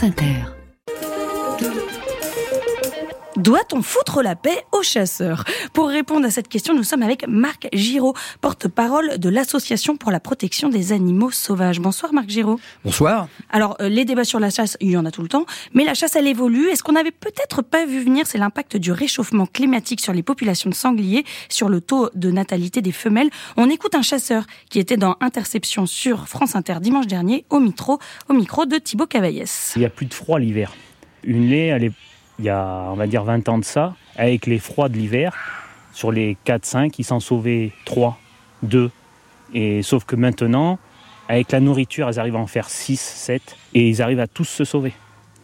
France Inter. Doit-on foutre la paix aux chasseurs ? Pour répondre à cette question, nous sommes avec Marc Giraud, porte-parole de l'Association pour la protection des animaux sauvages. Bonsoir Marc Giraud. Bonsoir. Alors, les débats sur la chasse, il y en a tout le temps, mais la chasse, elle évolue. Et ce qu'on n'avait peut-être pas vu venir, c'est l'impact du réchauffement climatique sur les populations de sangliers, sur le taux de natalité des femelles. On écoute un chasseur qui était dans Interception sur France Inter dimanche dernier, au micro de Thibaut Cavaillès. Il n'y a plus de froid l'hiver. Une laie, il y a, on va dire, 20 ans de ça, avec les froids de l'hiver, sur les 4-5, ils s'en sauvaient 3, 2. Et sauf que maintenant, avec la nourriture, elles arrivent à en faire 6, 7, et ils arrivent à tous se sauver.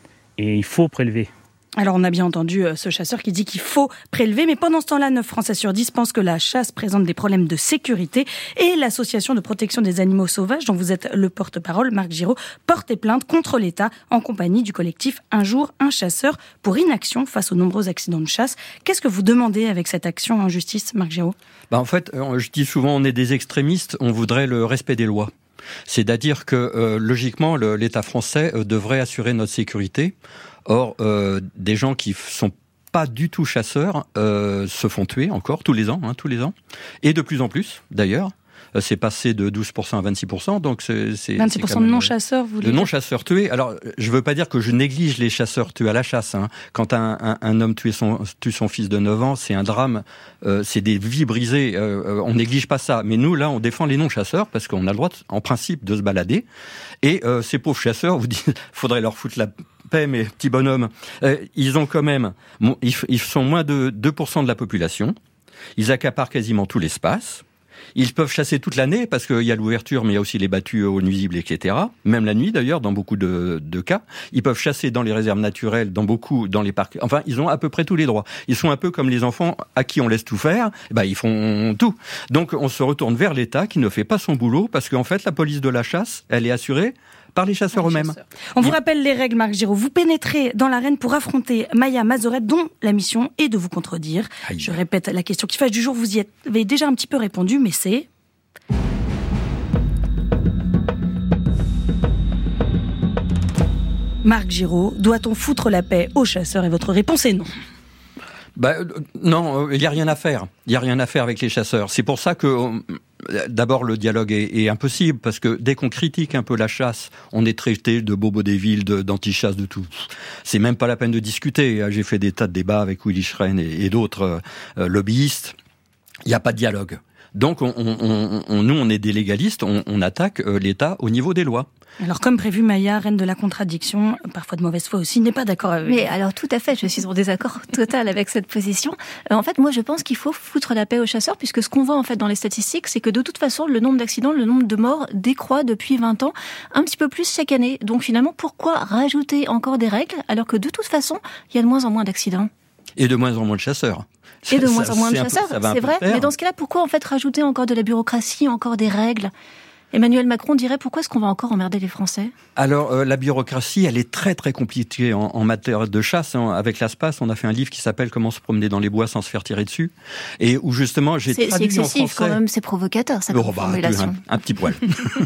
Et il faut prélever. Alors on a bien entendu ce chasseur qui dit qu'il faut prélever, mais pendant ce temps-là, 9 Français sur 10 pensent que la chasse présente des problèmes de sécurité. Et l'association de protection des animaux sauvages, dont vous êtes le porte-parole, Marc Giraud, porte plainte contre l'État en compagnie du collectif Un jour, un chasseur pour inaction face aux nombreux accidents de chasse. Qu'est-ce que vous demandez avec cette action en justice, Marc Giraud ? En fait, je dis souvent, on est des extrémistes, on voudrait le respect des lois. C'est-à-dire que, logiquement, l'État français devrait assurer notre sécurité. Or, des gens qui sont pas du tout chasseurs se font tuer encore tous les ans, et de plus en plus d'ailleurs. C'est passé de 12% à 26%, donc c'est 26% de non-chasseurs, vous voulez dire ? De non-chasseurs tués. Alors, je veux pas dire que je néglige les chasseurs tués à la chasse. Quand un homme tue son fils de 9 ans, c'est un drame, c'est des vies brisées, on néglige pas ça. Mais nous, là, on défend les non-chasseurs parce qu'on a le droit, en principe, de se balader. Et ces pauvres chasseurs, vous dites, faudrait leur foutre la paix, mes petits bonhommes. Ils ont quand même, ils sont moins de 2% de la population. Ils accaparent quasiment tout l'espace. Ils peuvent chasser toute l'année parce qu'il y a l'ouverture, mais il y a aussi les battues aux nuisibles, etc. Même la nuit, d'ailleurs, dans beaucoup de cas. Ils peuvent chasser dans les réserves naturelles, dans les parcs. Enfin, ils ont à peu près tous les droits. Ils sont un peu comme les enfants à qui on laisse tout faire. Ils font tout. Donc, on se retourne vers l'État qui ne fait pas son boulot parce qu'en fait, la police de la chasse, elle est assurée par les chasseurs eux-mêmes. On vous rappelle les règles, Marc Giraud. Vous pénétrez dans l'arène pour affronter Maya Mazoret, dont la mission est de vous contredire. Aïe. Je répète la question qui fâche du jour, vous y avez déjà un petit peu répondu, mais c'est... Marc Giraud, doit-on foutre la paix aux chasseurs ? Et votre réponse est non. Non, il n'y a rien à faire. Il n'y a rien à faire avec les chasseurs. C'est pour ça que... D'abord, le dialogue est impossible, parce que dès qu'on critique un peu la chasse, on est traité de bobo des villes, d'anti-chasse, de tout. C'est même pas la peine de discuter. J'ai fait des tas de débats avec Willy Schren et d'autres lobbyistes. Il n'y a pas de dialogue. Donc, nous, on est des légalistes, on attaque l'État au niveau des lois. Alors, comme prévu, Maya, reine de la contradiction, parfois de mauvaise foi aussi, n'est pas d'accord avec... Mais alors, tout à fait, je suis en désaccord total avec cette position. En fait, moi, je pense qu'il faut foutre la paix aux chasseurs, puisque ce qu'on voit, en fait, dans les statistiques, c'est que de toute façon, le nombre d'accidents, le nombre de morts décroît depuis 20 ans, un petit peu plus chaque année. Donc, finalement, pourquoi rajouter encore des règles, alors que de toute façon, il y a de moins en moins d'accidents ? Et de moins en moins de chasseurs. Et de moins en moins de chasseurs, c'est vrai. Mais dans ce cas-là, pourquoi, en fait, rajouter encore de la bureaucratie, encore des règles ? Emmanuel Macron dirait pourquoi est-ce qu'on va encore emmerder les Français ? Alors, la bureaucratie, elle est très très compliquée en matière de chasse. Avec l'ASPAS, on a fait un livre qui s'appelle « Comment se promener dans les bois sans se faire tirer dessus ». Et où justement, j'ai traduit en français... C'est excessif quand même, c'est provocateur, ça, comme formulation. Un petit poil.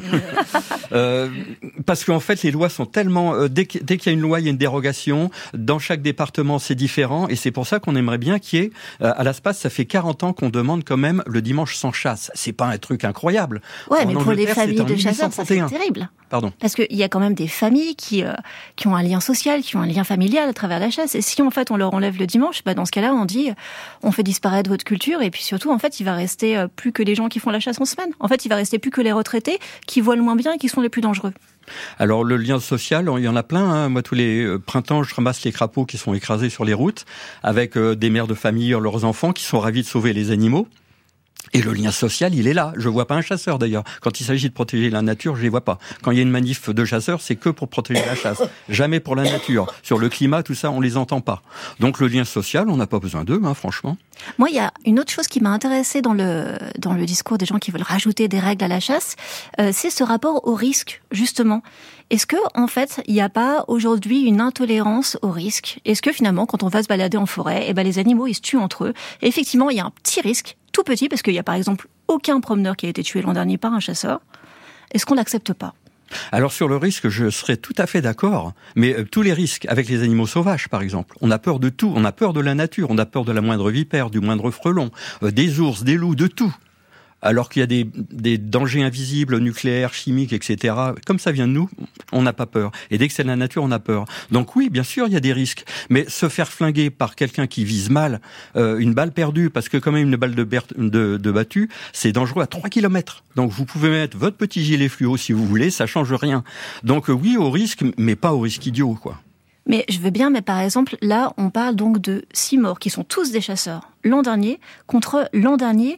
Parce qu'en fait, les lois sont tellement... dès qu'il y a une loi, il y a une dérogation. Dans chaque département, c'est différent. Et c'est pour ça qu'on aimerait bien qu'il y ait... à l'ASPAS, ça fait 40 ans qu'on demande quand même le dimanche sans chasse. C'est pas un truc incroyable. Ouais, mais pour les familles de chasseurs, ça c'est terrible. Pardon. Parce qu'il y a quand même des familles qui ont un lien social, qui ont un lien familial à travers la chasse. Et si en fait on leur enlève le dimanche, dans ce cas-là on dit on fait disparaître votre culture et puis surtout en fait il va rester plus que les gens qui font la chasse en semaine. En fait il va rester plus que les retraités qui voient le moins bien et qui sont les plus dangereux. Alors le lien social, il y en a plein. Moi tous les printemps je ramasse les crapauds qui sont écrasés sur les routes avec des mères de famille, leurs enfants qui sont ravis de sauver les animaux. Et le lien social, il est là. Je vois pas un chasseur d'ailleurs. Quand il s'agit de protéger la nature, je les vois pas. Quand il y a une manif de chasseurs, c'est que pour protéger la chasse. Jamais pour la nature. Sur le climat, tout ça, on les entend pas. Donc le lien social, on n'a pas besoin d'eux, franchement. Moi, il y a une autre chose qui m'a intéressée dans le discours des gens qui veulent rajouter des règles à la chasse, c'est ce rapport au risque, justement. Est-ce que, en fait, il n'y a pas aujourd'hui une intolérance au risque ? Est-ce que finalement, quand on va se balader en forêt, les animaux, ils se tuent entre eux. Et effectivement, il y a un petit risque, tout petit, parce qu'il y a par exemple aucun promeneur qui a été tué l'an dernier par un chasseur. Est-ce qu'on l'accepte pas ? Alors sur le risque, je serais tout à fait d'accord, mais tous les risques avec les animaux sauvages, par exemple, on a peur de tout, on a peur de la nature, on a peur de la moindre vipère, du moindre frelon, des ours, des loups, de tout. Alors qu'il y a des dangers invisibles, nucléaires, chimiques, etc. Comme ça vient de nous, on n'a pas peur. Et dès que c'est la nature, on a peur. Donc oui, bien sûr, il y a des risques. Mais se faire flinguer par quelqu'un qui vise mal, une balle perdue, parce que quand même une balle de battue, c'est dangereux à 3 km. Donc vous pouvez mettre votre petit gilet fluo si vous voulez, ça change rien. Donc oui, au risque, mais pas au risque idiot, quoi. Mais je veux bien, mais par exemple, là, on parle donc de 6 morts, qui sont tous des chasseurs. L'an dernier, contre l'an dernier,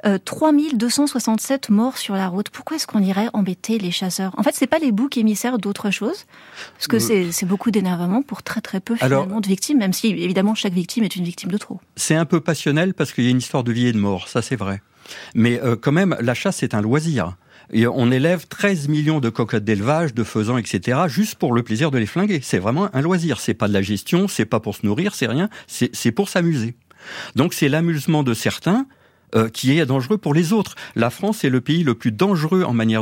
3267 morts sur la route. Pourquoi est-ce qu'on irait embêter les chasseurs ? En fait, c'est pas les boucs émissaires d'autre chose, parce que c'est beaucoup d'énervement pour très très peu finalement de victimes, même si évidemment chaque victime est une victime de trop. C'est un peu passionnel parce qu'il y a une histoire de vie et de mort, ça c'est vrai. Mais quand même, la chasse c'est un loisir. Et on élève 13 millions de coqs d'élevage, de faisans, etc., juste pour le plaisir de les flinguer. C'est vraiment un loisir. C'est pas de la gestion, c'est pas pour se nourrir, c'est rien. C'est pour s'amuser. Donc c'est l'amusement de certains qui est dangereux pour les autres. La France est le pays le plus dangereux en matière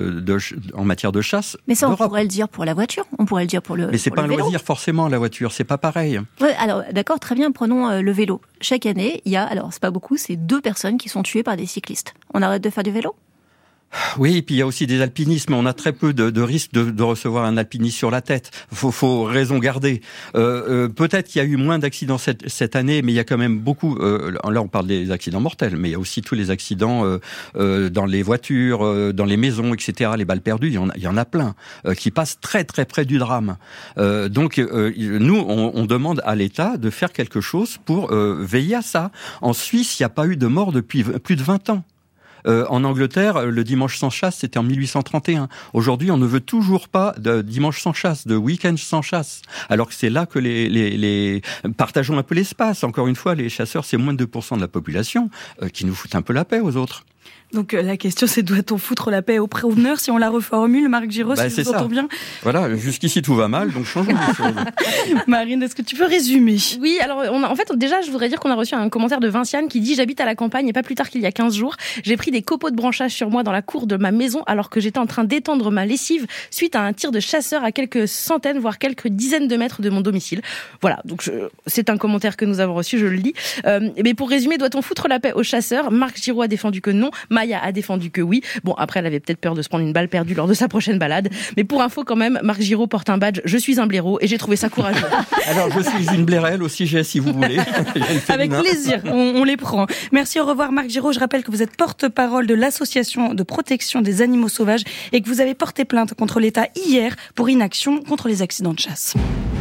de chasse. Mais ça, on pourrait le dire pour la voiture, on pourrait le dire pour le vélo. Mais c'est pas un loisir forcément, la voiture, c'est pas pareil. Ouais, alors d'accord, très bien, prenons le vélo. Chaque année, il y a, alors c'est pas beaucoup, c'est 2 personnes qui sont tuées par des cyclistes. On arrête de faire du vélo ? Oui, et puis il y a aussi des alpinistes, mais on a très peu de risques de recevoir un alpiniste sur la tête. Faut raison garder. Peut-être qu'il y a eu moins d'accidents cette année, mais il y a quand même beaucoup. Là, on parle des accidents mortels, mais il y a aussi tous les accidents dans les voitures, dans les maisons, etc. Les balles perdues, il y en a plein qui passent très très près du drame. Donc nous, on demande à l'État de faire quelque chose pour veiller à ça. En Suisse, il n'y a pas eu de mort depuis plus de 20 ans. En Angleterre, le dimanche sans chasse, c'était en 1831. Aujourd'hui, on ne veut toujours pas de dimanche sans chasse, de week-end sans chasse. Alors que c'est là que partageons un peu l'espace. Encore une fois, les chasseurs, c'est moins de 2% de la population qui nous foutent un peu la paix aux autres. Donc la question c'est doit-on foutre la paix aux promeneurs si on la reformule, Marc Giraud, si je vous entends bien. Voilà, jusqu'ici tout va mal, donc changeons les choses. Marine, est-ce que tu peux résumer ? Oui, alors en fait déjà je voudrais dire qu'on a reçu un commentaire de Vinciane qui dit « J'habite à la campagne et pas plus tard qu'il y a 15 jours, j'ai pris des copeaux de branchage sur moi dans la cour de ma maison alors que j'étais en train d'étendre ma lessive suite à un tir de chasseur à quelques centaines voire quelques dizaines de mètres de mon domicile. » Voilà, donc c'est un commentaire que nous avons reçu, je le lis. Mais pour résumer, doit-on foutre la paix aux chasseurs ? Marc Giraud a défendu que non, Maya a défendu que oui. Bon, après, elle avait peut-être peur de se prendre une balle perdue lors de sa prochaine balade. Mais pour info, quand même, Marc Giraud porte un badge « Je suis un blaireau » et j'ai trouvé ça courageux. Alors, je suis une blairelle aussi, si vous voulez. Avec plaisir, on les prend. Merci, au revoir Marc Giraud. Je rappelle que vous êtes porte-parole de l'association de protection des animaux sauvages et que vous avez porté plainte contre l'État hier pour inaction contre les accidents de chasse.